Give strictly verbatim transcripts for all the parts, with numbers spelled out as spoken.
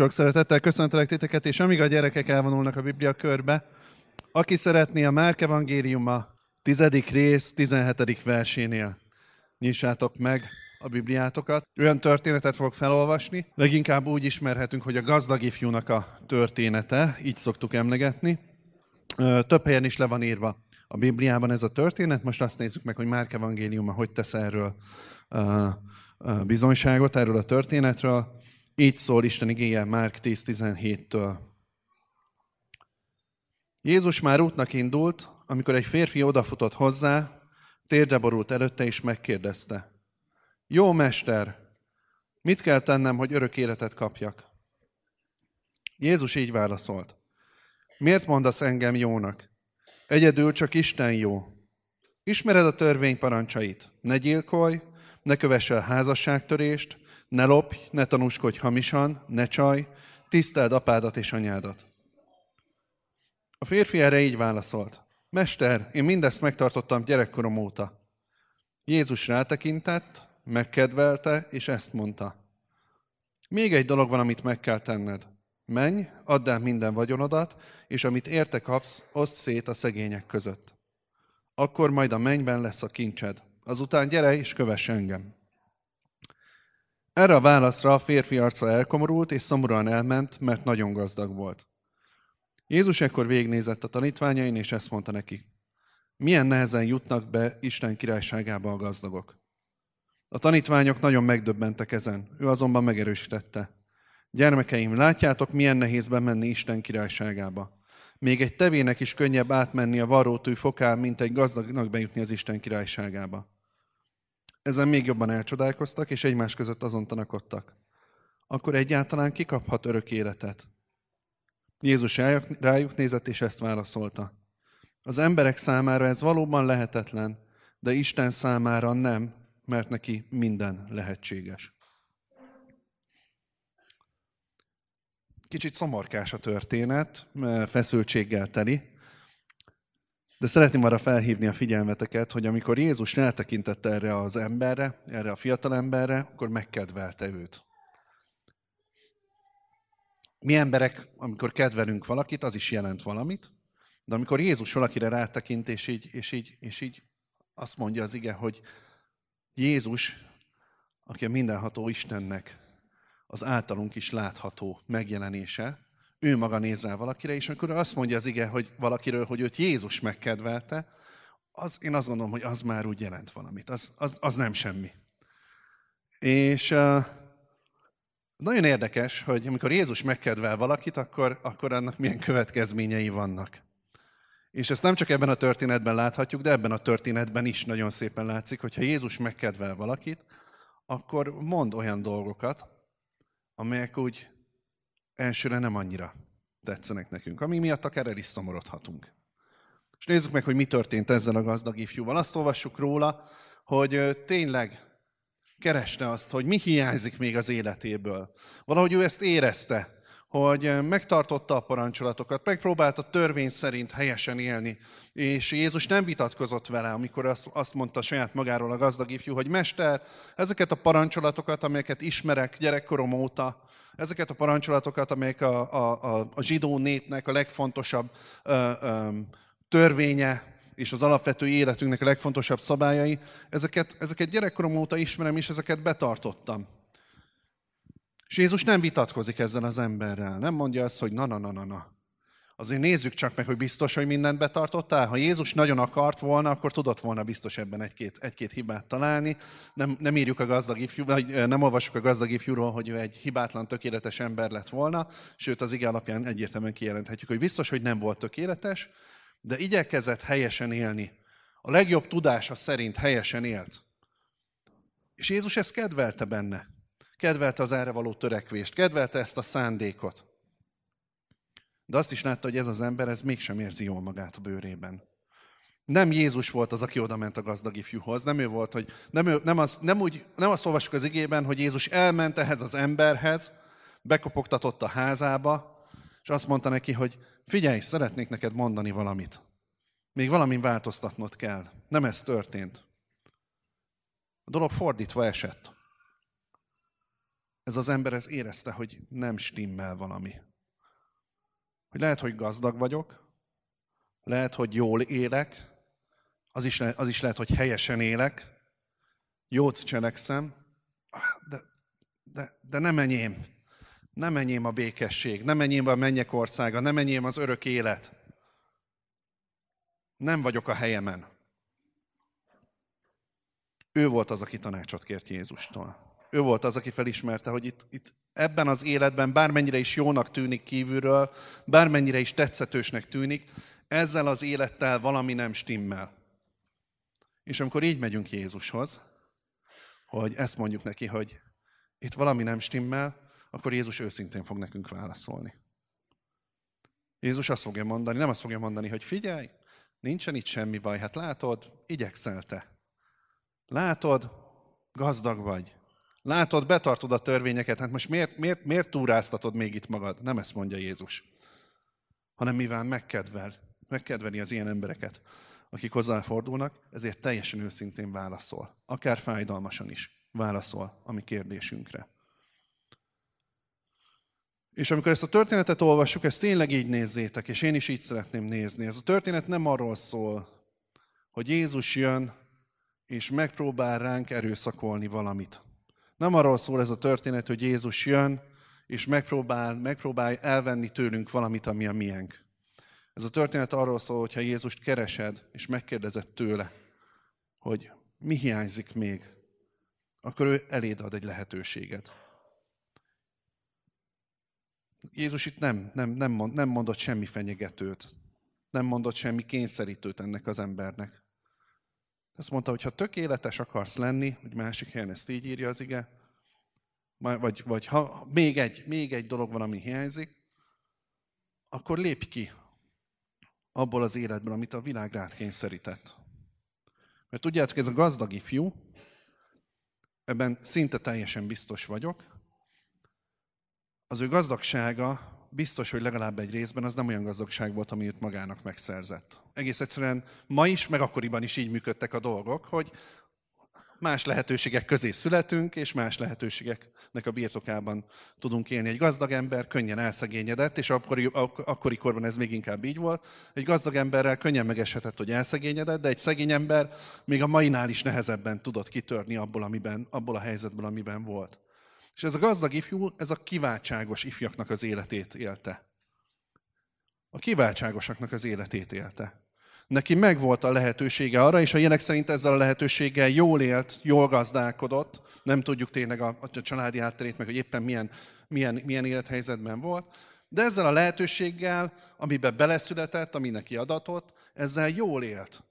Sok szeretettel köszöntelek titeket, és amíg a gyerekek elvonulnak a Biblia körbe, aki szeretné a Márk evangéliuma tizedik rész tizenhetedik versénél, nyissátok meg a Bibliátokat. Olyan történetet fogok felolvasni, leginkább úgy ismerhetünk, hogy a gazdag ifjúnak a története, így szoktuk emlegetni. Több helyen is le van írva a Bibliában ez a történet, most azt nézzük meg, hogy Márk evangéliuma hogy tesz erről bizonyságot, erről a történetről. Így szól Isten igéje Márk tíz tizenhéttől. Jézus már útnak indult, amikor egy férfi odafutott hozzá, térdre borult előtte és megkérdezte: Jó mester, mit kell tennem, hogy örök életet kapjak? Jézus így válaszolt: Miért mondasz engem jónak? Egyedül csak Isten jó. Ismered a törvény parancsait: ne gyilkolj, ne kövess el házasságtörést, ne lopj, ne tanúskodj hamisan, ne csalj, tiszteld apádat és anyádat. A férfi erre így válaszolt: Mester, én mindezt megtartottam gyerekkorom óta. Jézus rátekintett, megkedvelte, és ezt mondta: Még egy dolog van, amit meg kell tenned. Menj, add el minden vagyonodat, és amit érte kapsz, oszd szét a szegények között. Akkor majd a mennyben lesz a kincsed. Azután gyere és kövess engem. Erre a válaszra a férfi arca elkomorult, és szomorúan elment, mert nagyon gazdag volt. Jézus ekkor végignézett a tanítványain, és ezt mondta nekik: Milyen nehezen jutnak be Isten királyságába a gazdagok. A tanítványok nagyon megdöbbentek ezen, ő azonban megerősítette: Gyermekeim, látjátok, milyen nehéz bemenni Isten királyságába. Még egy tevének is könnyebb átmenni a varrótű fokán, mint egy gazdagnak bejutni az Isten királyságába. Ezen még jobban elcsodálkoztak, és egymás között azon tanakodtak: Akkor egyáltalán ki kaphat örök életet? Jézus rájuk nézett, és ezt válaszolta: Az emberek számára ez valóban lehetetlen, de Isten számára nem, mert neki minden lehetséges. Kicsit szomorkás a történet, feszültséggel teli, de szeretném arra felhívni a figyelmeteket, hogy amikor Jézus rátekintett erre az emberre, erre a fiatal emberre, akkor megkedvelte őt. Mi emberek, amikor kedvelünk valakit, az is jelent valamit, de amikor Jézus valakire rátekint, és így, és így, és így azt mondja az ige, hogy Jézus, aki a mindenható Istennek az általunk is látható megjelenése, ő maga néz rá valakire, és amikor azt mondja az ige, hogy valakiről, hogy őt Jézus megkedvelte, az, én azt gondolom, hogy az már úgy jelent valamit. Az, az, az nem semmi. És uh, nagyon érdekes, hogy amikor Jézus megkedvel valakit, akkor, akkor annak milyen következményei vannak. És ezt nem csak ebben a történetben láthatjuk, de ebben a történetben is nagyon szépen látszik, hogyha Jézus megkedvel valakit, akkor mond olyan dolgokat, amelyek úgy elsőre nem annyira tetszenek nekünk, ami miatt akár el is szomorodhatunk. És nézzük meg, hogy mi történt ezzel a gazdag ifjúval. Azt olvassuk róla, hogy tényleg kereste azt, hogy mi hiányzik még az életéből. Valahogy ő ezt érezte, hogy megtartotta a parancsolatokat, megpróbálta törvény szerint helyesen élni, és Jézus nem vitatkozott vele, amikor azt mondta saját magáról a gazdag ifjú, hogy Mester, ezeket a parancsolatokat, amelyeket ismerek gyerekkorom óta, ezeket a parancsolatokat, amelyek a, a, a, a zsidó népnek a legfontosabb ö, ö, törvénye, és az alapvető életünknek a legfontosabb szabályai, ezeket, ezeket gyerekkorom óta ismerem, és ezeket betartottam. És Jézus nem vitatkozik ezzel az emberrel. Nem mondja azt, hogy na, na, na, na, na. Azért nézzük csak meg, hogy biztos, hogy mindent betartottál. Ha Jézus nagyon akart volna, akkor tudott volna biztos ebben egy-két, egy-két hibát találni. Nem, nem írjuk a gazdag ifjú, vagy nem olvasjuk a gazdag ifjúról, hogy ő egy hibátlan, tökéletes ember lett volna. Sőt, az ige alapján egyértelműen kijelenthetjük, hogy biztos, hogy nem volt tökéletes, de igyekezett helyesen élni. A legjobb tudása szerint helyesen élt. És Jézus ezt kedvelte benne. Kedvelte az erre való törekvést, kedvelte ezt a szándékot. De azt is látta, hogy ez az ember, ez mégsem érzi jól magát a bőrében. Nem Jézus volt az, aki oda ment a gazdag ifjúhoz, nem ő volt, hogy nem, ő, nem, az, nem, úgy, nem azt olvassuk az igében, hogy Jézus elment ehhez az emberhez, bekopogtatott a házába, és azt mondta neki, hogy figyelj, szeretnék neked mondani valamit. Még valamin változtatnod kell. Nem ez történt. A dolog fordítva esett. ez az ember ez érezte, hogy nem stimmel valami. Hogy lehet, hogy gazdag vagyok, lehet, hogy jól élek, az is, le, az is lehet, hogy helyesen élek, jót cselekszem, de, de, de nem enyém. Nem enyém a békesség, nem enyém a mennyek országa, nem enyém az örök élet. Nem vagyok a helyemen. Ő volt az, aki tanácsot kért Jézustól. Ő volt az, aki felismerte, hogy itt, itt ebben az életben bármennyire is jónak tűnik kívülről, bármennyire is tetszetősnek tűnik, ezzel az élettel valami nem stimmel. És amikor így megyünk Jézushoz, hogy ezt mondjuk neki, hogy itt valami nem stimmel, akkor Jézus őszintén fog nekünk válaszolni. Jézus azt fogja mondani, nem azt fogja mondani, hogy figyelj, nincsen itt semmi baj, hát látod, igyekszel te. Látod, gazdag vagy. Látod, betartod a törvényeket, hát most miért, miért, miért túráztatod még itt magad? Nem ezt mondja Jézus. Hanem mivel megkedvel, megkedveli az ilyen embereket, akik hozzáfordulnak, ezért teljesen őszintén válaszol. Akár fájdalmasan is válaszol a mi kérdésünkre. És amikor ezt a történetet olvassuk, ezt tényleg így nézzétek, és én is így szeretném nézni. Ez a történet nem arról szól, hogy Jézus jön, és megpróbál ránk erőszakolni valamit. Nem arról szól ez a történet, hogy Jézus jön, és megpróbál, megpróbál elvenni tőlünk valamit, ami a miénk. Ez a történet arról szól, hogyha Jézust keresed, és megkérdezed tőle, hogy mi hiányzik még, akkor ő eléd ad egy lehetőséget. Jézus itt nem, nem, nem, mond, nem mondott semmi fenyegetőt, nem mondott semmi kényszerítőt ennek az embernek. Azt mondta, hogy ha tökéletes akarsz lenni, hogy másik helyen ezt így írja az ige, vagy, vagy ha még egy, még egy dolog van, ami hiányzik, akkor lépj ki abból az életből, amit a világ rád kényszerített. Mert tudjátok, ez a gazdag ifjú, ebben szinte teljesen biztos vagyok, az ő gazdagsága biztos, hogy legalább egy részben az nem olyan gazdagság volt, ami őt magának megszerzett. Egész egyszerűen ma is, meg akkoriban is így működtek a dolgok, hogy más lehetőségek közé születünk, és más lehetőségeknek a birtokában tudunk élni. Egy gazdag ember könnyen elszegényedett, és akkori, ak- akkori korban ez még inkább így volt. Egy gazdag emberrel könnyen megeshetett, hogy elszegényedett, de egy szegény ember még a mainál is nehezebben tudott kitörni abból, amiben, abból a helyzetből, amiben volt. És ez a gazdag ifjú, ez a kiváltságos ifjaknak az életét élte. A kiváltságosaknak az életét élte. Neki megvolt a lehetősége arra, és a jelek szerint ezzel a lehetőséggel jól élt, jól gazdálkodott. Nem tudjuk tényleg a, a családi hátterét, meg hogy éppen milyen, milyen, milyen élethelyzetben volt. De ezzel a lehetőséggel, amiben beleszületett, ami neki adatott, ezzel jól élt.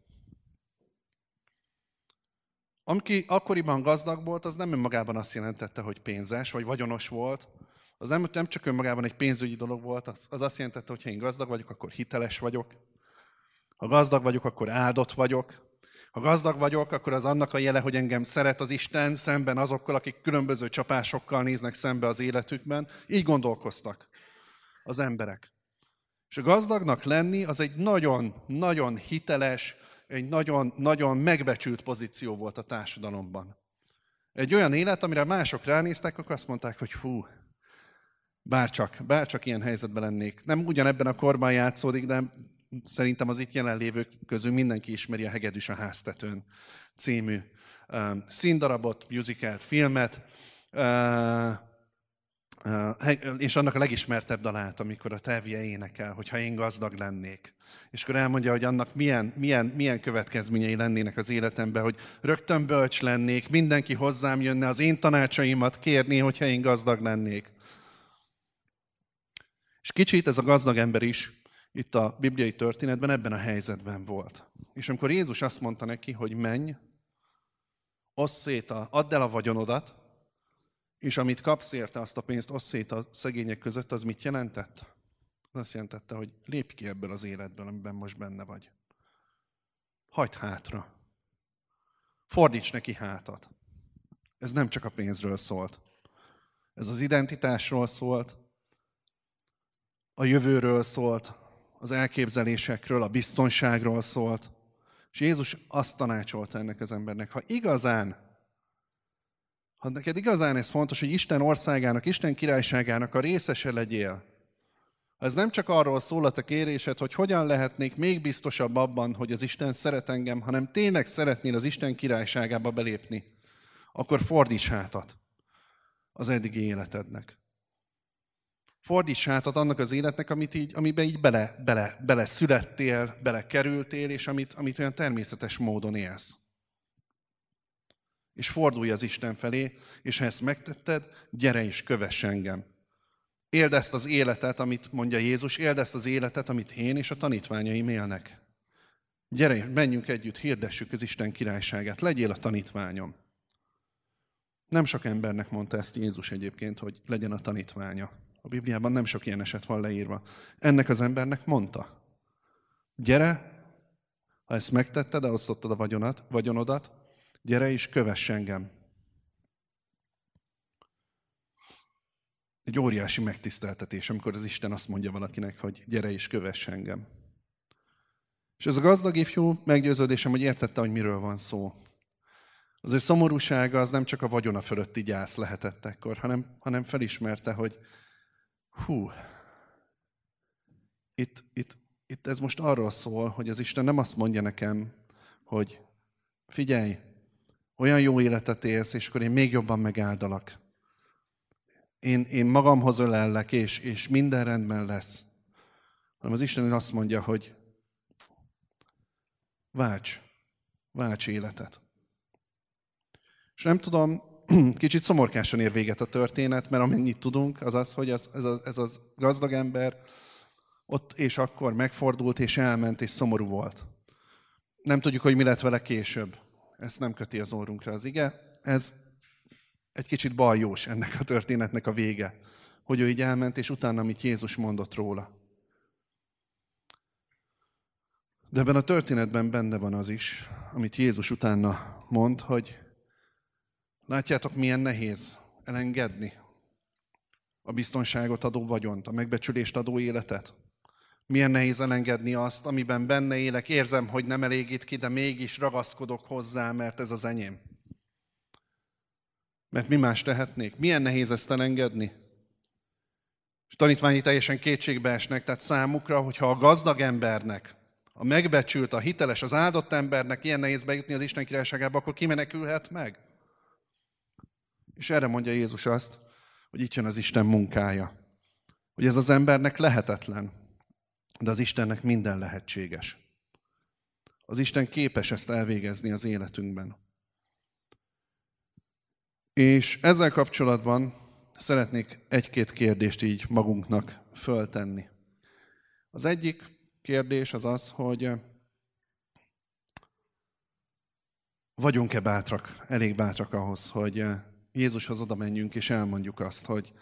Aki akkoriban gazdag volt, az nem önmagában azt jelentette, hogy pénzes, vagy vagyonos volt. Az nem, nem csak önmagában egy pénzügyi dolog volt, az, az azt jelentette, hogy ha én gazdag vagyok, akkor hiteles vagyok. Ha gazdag vagyok, akkor áldott vagyok. Ha gazdag vagyok, akkor az annak a jele, hogy engem szeret az Isten szemben azokkal, akik különböző csapásokkal néznek szembe az életükben. Így gondolkoztak az emberek. És a gazdagnak lenni az egy nagyon-nagyon hiteles, egy nagyon-nagyon megbecsült pozíció volt a társadalomban. Egy olyan élet, amire mások ránéztek, akkor azt mondták, hogy hú, bárcsak, bárcsak ilyen helyzetben lennék. Nem ugyanebben a korban játszódik, de szerintem az itt jelenlévők közül mindenki ismeri a Hegedűs a háztetőn című um, színdarabot, musicalt, filmet, uh, uh, és annak a legismertebb dalát, amikor a Tevje énekel, hogyha én gazdag lennék. És akkor elmondja, hogy annak milyen, milyen, milyen következményei lennének az életemben, hogy rögtön bölcs lennék, mindenki hozzám jönne az én tanácsaimat kérni, hogyha én gazdag lennék. És kicsit ez a gazdag ember is itt a bibliai történetben ebben a helyzetben volt. És amikor Jézus azt mondta neki, hogy menj, osszd szét, a, add el a vagyonodat, és amit kapsz érte, azt a pénzt osszd szét a szegények között, az mit jelentett? Az azt jelentette, hogy lépj ki ebből az életből, amiben most benne vagy. Hagyd hátra. Fordíts neki hátat. Ez nem csak a pénzről szólt. Ez az identitásról szólt, a jövőről szólt, az elképzelésekről, a biztonságról szólt. És Jézus azt tanácsolta ennek az embernek, ha igazán, Ha neked igazán ez fontos, hogy Isten országának, Isten királyságának a részese legyél, ez nem csak arról szól a te kérésed, hogy hogyan lehetnék még biztosabb abban, hogy az Isten szeret engem, hanem tényleg szeretnél az Isten királyságába belépni, akkor fordíts hátat az eddigi életednek. Fordíts hátat annak az életnek, amit így, amiben így bele, bele, bele születtél, bele kerültél, és amit, amit olyan természetes módon élsz. És fordulj az Isten felé, és ha ezt megtetted, gyere és kövess engem. Éld ezt az életet, amit mondja Jézus, éld ezt az életet, amit én és a tanítványaim élnek. Gyere, menjünk együtt, hirdessük az Isten királyságát, legyél a tanítványom. Nem sok embernek mondta ezt Jézus egyébként, hogy legyen a tanítványa. A Bibliában nem sok ilyen eset van leírva. Ennek az embernek mondta. Gyere, ha ezt megtetted, elosztottad a vagyonat, vagyonodat, gyere és kövess engem. Egy óriási megtiszteltetés, amikor az Isten azt mondja valakinek, hogy gyere és kövess engem. És ez a gazdag ifjú meggyőződésem, hogy értette, hogy miről van szó. Az ő szomorúsága az nem csak a vagyona fölötti gyász lehetett ekkor, hanem, hanem felismerte, hogy hú, itt, itt, itt ez most arról szól, hogy az Isten nem azt mondja nekem, hogy figyelj, olyan jó életet élsz, és akkor én még jobban megáldalak. Én, én magamhoz ölellek, és, és minden rendben lesz. Hanem az Isten azt mondja, hogy válts, válts életet. És nem tudom, kicsit szomorkásan ér véget a történet, mert amennyit tudunk, az az, hogy az, ez, az, ez az gazdag ember ott és akkor megfordult, és elment, és szomorú volt. Nem tudjuk, hogy mi lett vele később. Ezt nem köti az orrunkra az ige. Ez egy kicsit baljós ennek a történetnek a vége, hogy ő így elment, és utána, amit Jézus mondott róla. De ebben a történetben benne van az is, amit Jézus utána mond, hogy látjátok, milyen nehéz elengedni a biztonságot adó vagyont, a megbecsülést adó életet. Milyen nehéz elengedni azt, amiben benne élek, érzem, hogy nem elégít ki, de mégis ragaszkodok hozzá, mert ez az enyém. Mert mi más tehetnék? Milyen nehéz ezt elengedni? És tanítványi teljesen kétségbe esnek, tehát számukra, hogyha a gazdag embernek, a megbecsült, a hiteles, az áldott embernek ilyen nehéz bejutni az Isten királyságába, akkor ki menekülhet meg? És erre mondja Jézus azt, hogy itt jön az Isten munkája. Hogy ez az embernek lehetetlen, de az Istennek minden lehetséges. Az Isten képes ezt elvégezni az életünkben. És ezzel kapcsolatban szeretnék egy-két kérdést így magunknak föltenni. Az egyik kérdés az az, hogy vagyunk-e bátrak, elég bátrak ahhoz, hogy Jézushoz oda menjünk és elmondjuk azt, hogy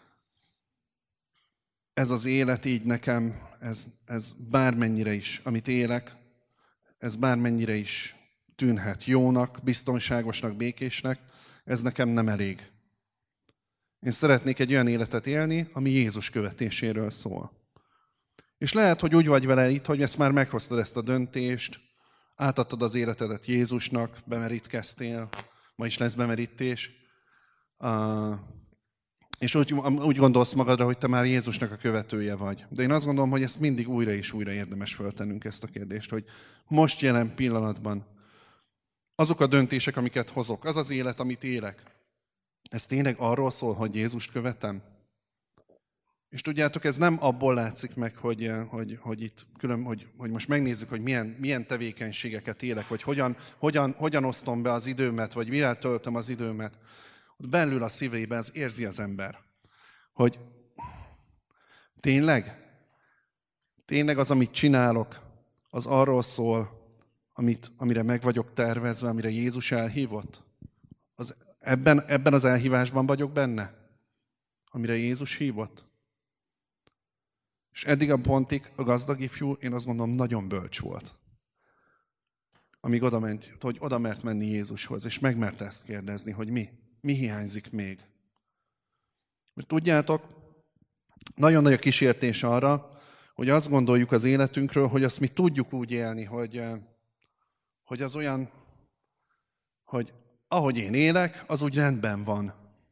ez az élet így nekem, ez, ez bármennyire is, amit élek, ez bármennyire is tűnhet jónak, biztonságosnak, békésnek, ez nekem nem elég. Én szeretnék egy olyan életet élni, ami Jézus követéséről szól. És lehet, hogy úgy vagy vele itt, hogy ezt már meghoztad ezt a döntést, átadtad az életedet Jézusnak, bemerítkeztél, ma is lesz bemerítés, és úgy, úgy gondolsz magadra, hogy te már Jézusnak a követője vagy. De én azt gondolom, hogy ezt mindig újra és újra érdemes föltennünk ezt a kérdést, hogy most jelen pillanatban azok a döntések, amiket hozok, az az élet, amit élek, ez tényleg arról szól, hogy Jézust követem? És tudjátok, ez nem abból látszik meg, hogy, hogy, hogy itt külön, hogy, hogy most megnézzük, hogy milyen, milyen tevékenységeket élek, vagy hogyan, hogyan, hogyan osztom be az időmet, vagy mivel töltöm az időmet. Ott belül a szívében ez érzi az ember, hogy tényleg, tényleg az, amit csinálok, az arról szól, amit, amire meg vagyok tervezve, amire Jézus elhívott. Az, ebben, ebben az elhívásban vagyok benne, amire Jézus hívott. És eddig a pontig a gazdag ifjú, én azt gondolom, nagyon bölcs volt. Amíg oda ment, hogy oda mert menni Jézushoz, és megmerte ezt kérdezni, hogy mi, mi hiányzik még. Mert tudjátok, nagyon nagy a kísértés arra, hogy azt gondoljuk az életünkről, hogy azt mi tudjuk úgy élni, hogy, hogy az olyan, hogy ahogy én élek, az úgy rendben van.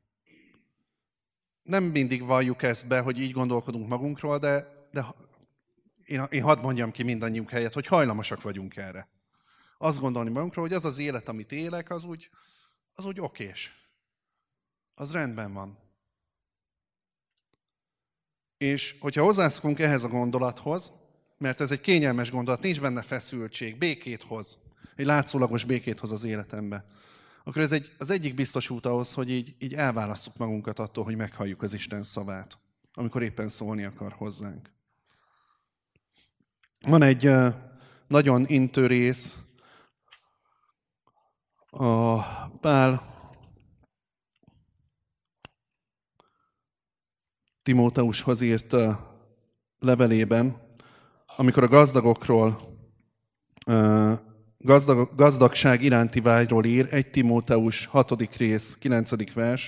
Nem mindig valljuk ezt be, hogy így gondolkodunk magunkról, de, de én, én hadd mondjam ki mindannyiunk helyett, hogy hajlamosak vagyunk erre. Azt gondolni magunkról, hogy az az élet, amit élek, az úgy, az úgy okés. Az rendben van. És hogyha hozzászokunk ehhez a gondolathoz, mert ez egy kényelmes gondolat, nincs benne feszültség, békét hoz, egy látszólagos békét hoz az életembe, akkor ez egy, az egyik biztos út ahhoz, hogy így, így elválasszuk magunkat attól, hogy meghalljuk az Isten szavát, amikor éppen szólni akar hozzánk. Van egy uh, nagyon intő rész, a Pál Timóteushoz írt uh, levelében, amikor a gazdagokról, uh, gazdag, gazdagság iránti vágyról ír, egy Timóteus hatodik rész, kilencedik vers,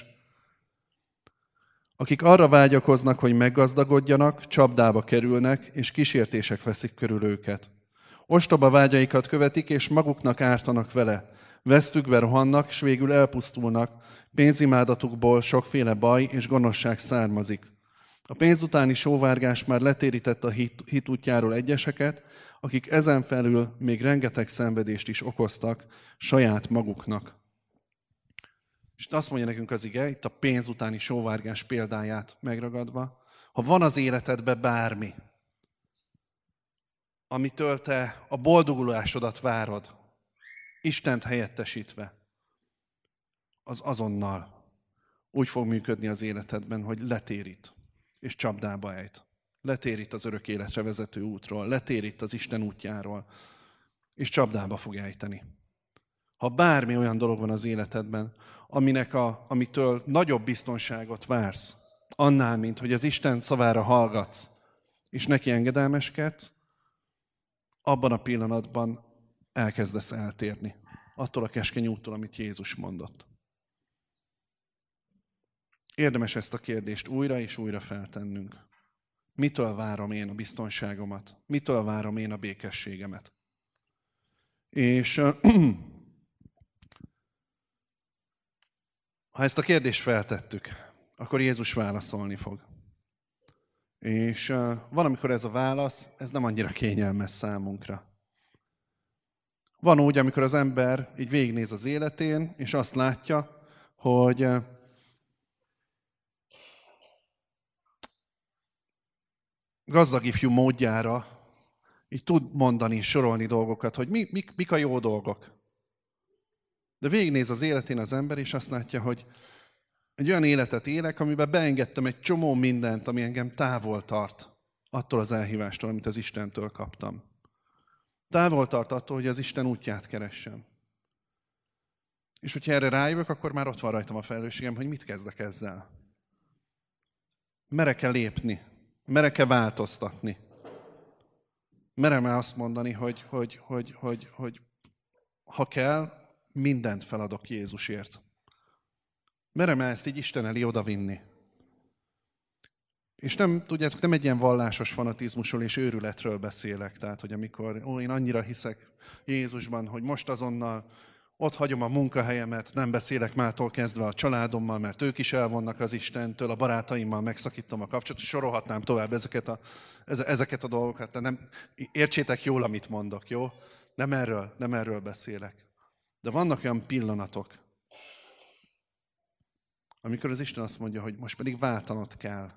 akik arra vágyakoznak, hogy meggazdagodjanak, csapdába kerülnek, és kísértések veszik körül őket. Ostoba vágyaikat követik, és maguknak ártanak vele. Vesztükbe rohannak, és végül elpusztulnak. Pénzimádatukból sokféle baj és gonoszság származik. A pénz utáni sóvárgás már letérített a hit, hit útjáról egyeseket, akik ezen felül még rengeteg szenvedést is okoztak saját maguknak. És azt mondja nekünk az ige, itt a pénz utáni sóvárgás példáját megragadva, ha van az életedben bármi, amitől te a boldogulásodat várod, Istent helyettesítve, az azonnal úgy fog működni az életedben, hogy letérít és csapdába ejt. Letérít az örök életre vezető útról, letérít az Isten útjáról, és csapdába fog ejteni. Ha bármi olyan dolog van az életedben, aminek a, amitől nagyobb biztonságot vársz, annál, mint hogy az Isten szavára hallgatsz, és neki engedelmeskedsz, abban a pillanatban elkezdesz eltérni attól a keskeny úttól, amit Jézus mondott. Érdemes ezt a kérdést újra és újra feltennünk. Mitől várom én a biztonságomat? Mitől várom én a békességemet? És ha ezt a kérdést feltettük, akkor Jézus válaszolni fog. És van, amikor ez a válasz, ez nem annyira kényelmes számunkra. Van úgy, amikor az ember így végignéz az életén, és azt látja, hogy gazdag ifjú módjára így tud mondani, sorolni dolgokat, hogy mi, mik, mik a jó dolgok. De végignéz az életén az ember, és azt látja, hogy egy olyan életet élek, amiben beengedtem egy csomó mindent, ami engem távol tart attól az elhívástól, amit az Istentől kaptam. Távol tart attól, hogy az Isten útját keressem. És hogyha erre rájövök, akkor már ott van rajtam a felelősségem, hogy mit kezdek ezzel. Merek-e lépni? Merek-e változtatni? Merem-e azt mondani, hogy, hogy, hogy, hogy, hogy ha kell, mindent feladok Jézusért. Merem-e ezt így Isten elé odavinni? És nem, tudjátok, nem egy ilyen vallásos fanatizmusról és őrületről beszélek. Tehát, hogy amikor ó, én annyira hiszek Jézusban, hogy most azonnal ott hagyom a munkahelyemet, nem beszélek mától kezdve a családommal, mert ők is elvonnak az Istentől, a barátaimmal megszakítom a kapcsolatot, sorolhatnám tovább ezeket a, ezeket a dolgokat. De nem, értsétek jól, amit mondok, jó? Nem erről, nem erről beszélek. De vannak olyan pillanatok, amikor az Isten azt mondja, hogy most pedig váltanod kell.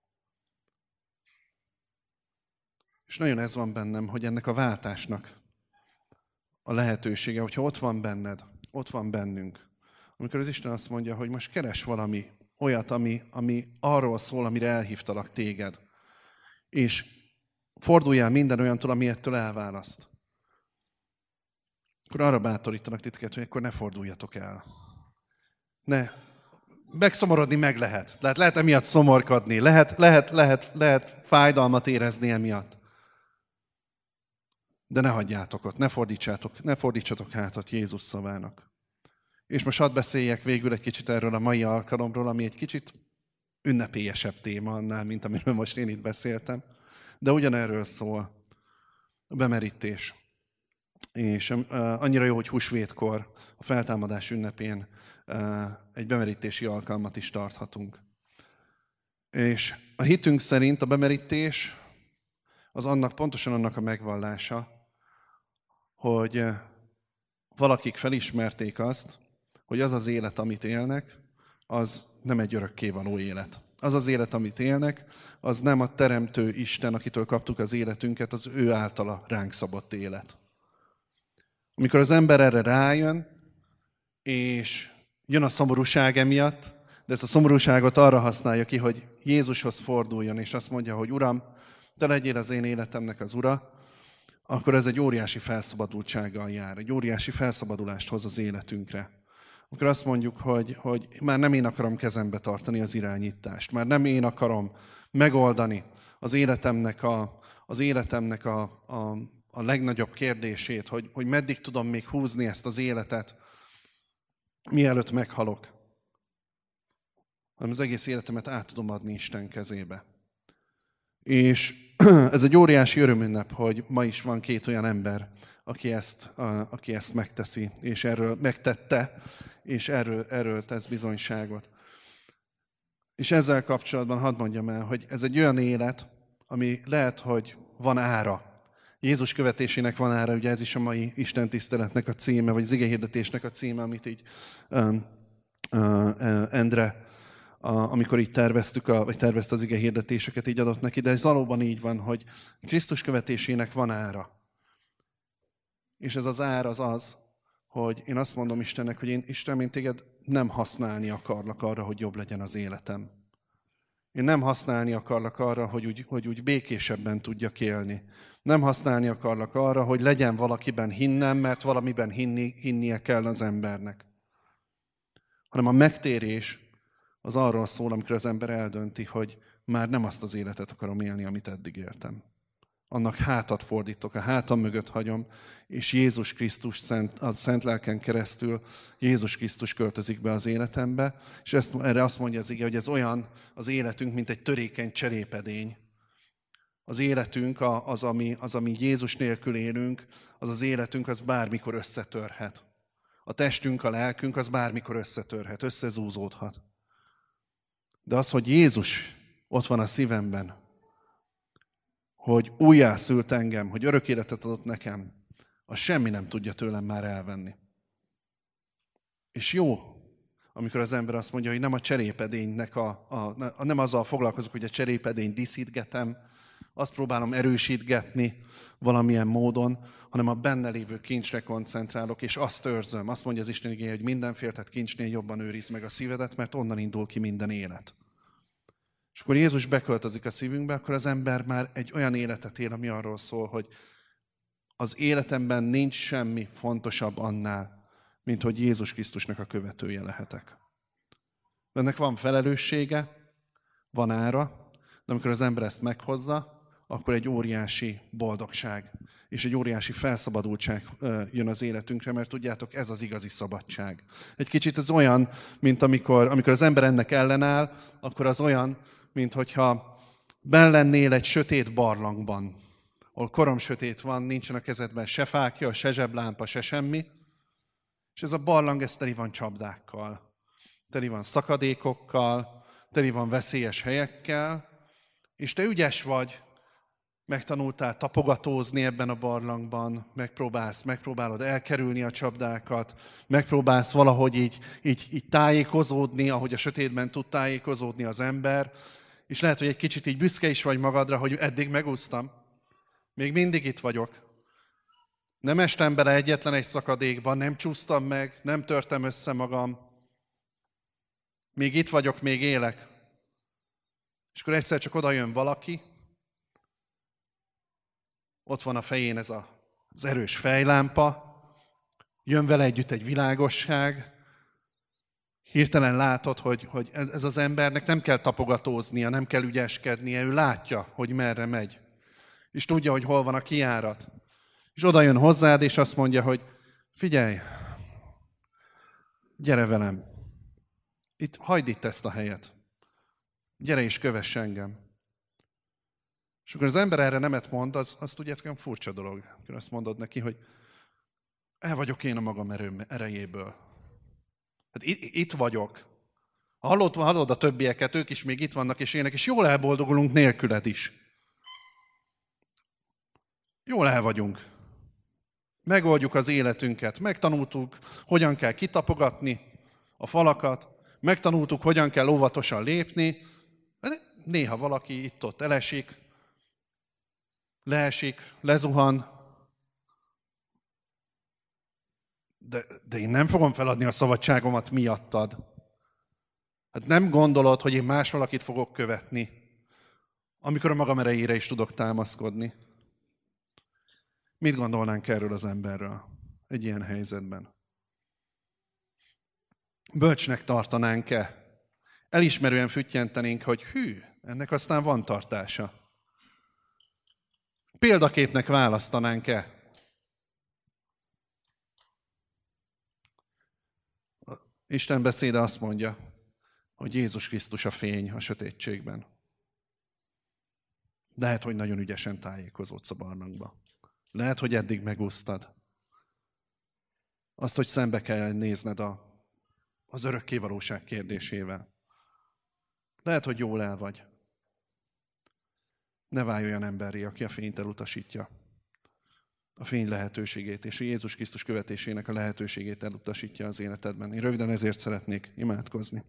És nagyon ez van bennem, hogy ennek a váltásnak a lehetősége, hogyha ott van benned, ott van bennünk. Amikor az Isten azt mondja, hogy most keres valami olyat, ami, ami arról szól, amire elhívtalak téged. És forduljál minden olyantól, ami ettől elválaszt. Akkor arra bátorítanak titeket, hogy akkor ne forduljatok el. Ne. Megszomorodni meg lehet. Lehet, lehet emiatt szomorkodni. Lehet, lehet, lehet, lehet fájdalmat érezni emiatt. De ne hagyjátok ott, ne fordítsátok, ne fordítsatok hátat Jézus szavának. És most hadd beszéljek végül egy kicsit erről a mai alkalomról, ami egy kicsit ünnepélyesebb téma annál, mint amiről most én itt beszéltem. De ugyanerről szól. A bemerítés. És annyira jó, hogy húsvétkor, a feltámadás ünnepén egy bemerítési alkalmat is tarthatunk. És a hitünk szerint a bemerítés az annak, pontosan annak a megvallása, hogy valakik felismerték azt, hogy az az élet, amit élnek, az nem egy örökkévaló élet. Az az élet, amit élnek, az nem a Teremtő Isten, akitől kaptuk az életünket, az ő általa ránk szabott élet. Amikor az ember erre rájön, és jön a szomorúság emiatt, de ezt a szomorúságot arra használja ki, hogy Jézushoz forduljon, és azt mondja, hogy Uram, Te legyél az én életemnek az Ura, akkor ez egy óriási felszabadultsággal jár, egy óriási felszabadulást hoz az életünkre. Akkor azt mondjuk, hogy, hogy már nem én akarom kezembe tartani az irányítást, már nem én akarom megoldani az életemnek a, az életemnek a, a, a legnagyobb kérdését, hogy, hogy meddig tudom még húzni ezt az életet, mielőtt meghalok. Hanem az egész életemet át tudom adni Isten kezébe. És ez egy óriási örömünnep, hogy ma is van két olyan ember, aki ezt, aki ezt megteszi, és erről megtette, és erről, erről tesz bizonyságot. És ezzel kapcsolatban hadd mondjam el, hogy ez egy olyan élet, ami lehet, hogy van ára. Jézus követésének van ára, ugye ez is a mai Isten tiszteletnek a címe, vagy az igehirdetésnek a címe, amit így um, uh, Endre, a, amikor így terveztük, a, vagy tervezte az igehirdetéseket, így adott neki, de ez valóban így van, hogy Krisztus követésének van ára. És ez az ár az az, hogy én azt mondom Istennek, hogy én Isten, én téged nem használni akarlak arra, hogy jobb legyen az életem. Én nem használni akarlak arra, hogy úgy, hogy úgy békésebben tudjak élni. Nem használni akarlak arra, hogy legyen valakiben hinnem, mert valamiben hinni, hinnie kell az embernek. Hanem a megtérés az arról szól, amikor az ember eldönti, hogy már nem azt az életet akarom élni, amit eddig éltem. Annak hátat fordítok, a hátam mögött hagyom, és Jézus Krisztus szent, a szent lelken keresztül Jézus Krisztus költözik be az életembe, és ezt, erre azt mondja az ige, hogy ez olyan az életünk, mint egy törékeny cserépedény. Az életünk, az ami, az, ami Jézus nélkül élünk, az az életünk, az bármikor összetörhet. A testünk, a lelkünk, az bármikor összetörhet, összezúzódhat. De az, hogy Jézus ott van a szívemben, hogy újjászült engem, hogy örök életet adott nekem, az semmi nem tudja tőlem már elvenni. És jó, amikor az ember azt mondja, hogy nem a cserépedénynek, a, a, a, nem azzal foglalkozok, hogy a cserépedényt díszítgetem, azt próbálom erősítgetni valamilyen módon, hanem a benne lévő kincsre koncentrálok, és azt őrzöm. Azt mondja az Isten igéje, hogy mindenféltett kincsnél jobban őrizd meg a szívedet, mert onnan indul ki minden élet. És akkor Jézus beköltözik a szívünkbe, akkor az ember már egy olyan életet él, ami arról szól, hogy az életemben nincs semmi fontosabb annál, mint hogy Jézus Krisztusnak a követője lehetek. Ennek van felelőssége, van ára, de amikor az ember ezt meghozza, akkor egy óriási boldogság és egy óriási felszabadultság jön az életünkre, mert tudjátok, ez az igazi szabadság. Egy kicsit ez olyan, mint amikor, amikor az ember ennek ellenáll, akkor az olyan, mint hogyha benn lennél egy sötét barlangban, ahol koromsötét van, nincsen a kezedben se fákja, se zseblámpa, se semmi, és ez a barlang, ez teli van csapdákkal, teli van szakadékokkal, teli van veszélyes helyekkel, és te ügyes vagy, megtanultál tapogatózni ebben a barlangban, megpróbálsz, megpróbálod elkerülni a csapdákat, megpróbálsz valahogy így, így, így tájékozódni, ahogy a sötétben tud tájékozódni az ember, és lehet, hogy egy kicsit így büszke is vagy magadra, hogy eddig megúsztam. Még mindig itt vagyok. Nem estem bele egyetlen egy szakadékban, nem csúsztam meg, nem törtem össze magam. Még itt vagyok, még élek. És akkor egyszer csak oda jön valaki, ott van a fején ez a, az erős fejlámpa, jön vele együtt egy világosság, hirtelen látod, hogy, hogy ez, ez az embernek nem kell tapogatóznia, nem kell ügyeskednie, ő látja, hogy merre megy. És tudja, hogy hol van a kijárat. És oda jön hozzád, és azt mondja, hogy figyelj, gyere velem, itt, hagyd itt ezt a helyet, gyere és kövess engem. És akkor az ember erre nemet mond, az, az tudjátok, olyan furcsa dolog. Akkor azt mondod neki, hogy El vagyok én a magam erő, erejéből. Hát itt, itt vagyok. Hallod, hallod a többieket, ők is még itt vannak, és ének, és jól elboldogulunk nélküled is. Jól el vagyunk. Megoldjuk az életünket. Megtanultuk, hogyan kell kitapogatni a falakat. Megtanultuk, hogyan kell óvatosan lépni. Néha valaki itt-ott elesik, leesik, lezuhan. De, de én nem fogom feladni a szabadságomat miattad. Hát nem gondolod, hogy én más valakit fogok követni, amikor a magam erejére is tudok támaszkodni. Mit gondolnánk erről az emberről egy ilyen helyzetben? Bölcsnek tartanánk-e? Elismerően füttyentenénk, hogy hű, ennek aztán van tartása. Példaképnek választanánk-e? Isten beszéde azt mondja, hogy Jézus Krisztus a fény a sötétségben. Lehet, hogy nagyon ügyesen tájékozódsz a barlangba. Lehet, hogy eddig megúsztad. Azt, hogy szembe kell nézned a, az örökké valóság kérdésével. Lehet, hogy jól el vagy. Ne válj olyan emberré, aki a fényt elutasítja. A fény lehetőségét és a Jézus Krisztus követésének a lehetőségét elutasítja az életedben. Én röviden ezért szeretnék imádkozni.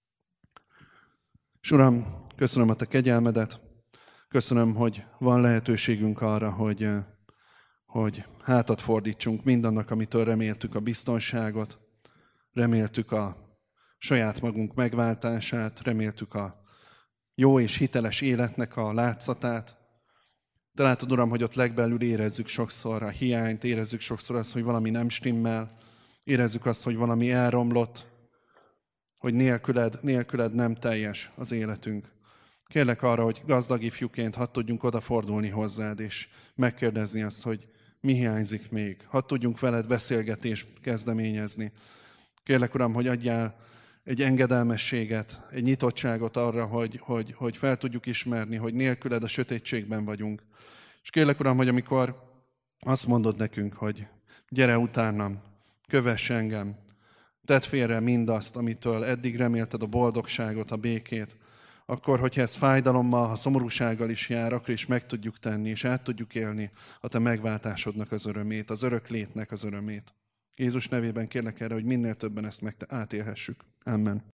És Uram, köszönöm a Te kegyelmedet, köszönöm, hogy van lehetőségünk arra, hogy, hogy hátat fordítsunk mindannak, amitől reméltük a biztonságot, reméltük a saját magunk megváltását, reméltük a jó és hiteles életnek a látszatát. Te látod, Uram, hogy ott legbelül érezzük sokszor a hiányt, érezzük sokszor azt, hogy valami nem stimmel, érezzük azt, hogy valami elromlott, hogy nélküled, nélküled nem teljes az életünk. Kérlek arra, hogy gazdag ifjúként hadd tudjunk odafordulni hozzád, és megkérdezni azt, hogy mi hiányzik még. Hadd tudjunk veled beszélgetést kezdeményezni. Kérlek, Uram, hogy adjál egy engedelmességet, egy nyitottságot arra, hogy, hogy, hogy fel tudjuk ismerni, hogy nélküled a sötétségben vagyunk. És kérlek, Uram, hogy amikor azt mondod nekünk, hogy gyere utánam, kövess engem, tedd félre mindazt, amitől eddig remélted a boldogságot, a békét, akkor, hogyha ez fájdalommal, ha szomorúsággal is jár, akkor is meg tudjuk tenni, és át tudjuk élni a te megváltásodnak az örömét, az örök létnek az örömét. Jézus nevében kérlek erre, hogy minél többen ezt meg átélhessük. Amen.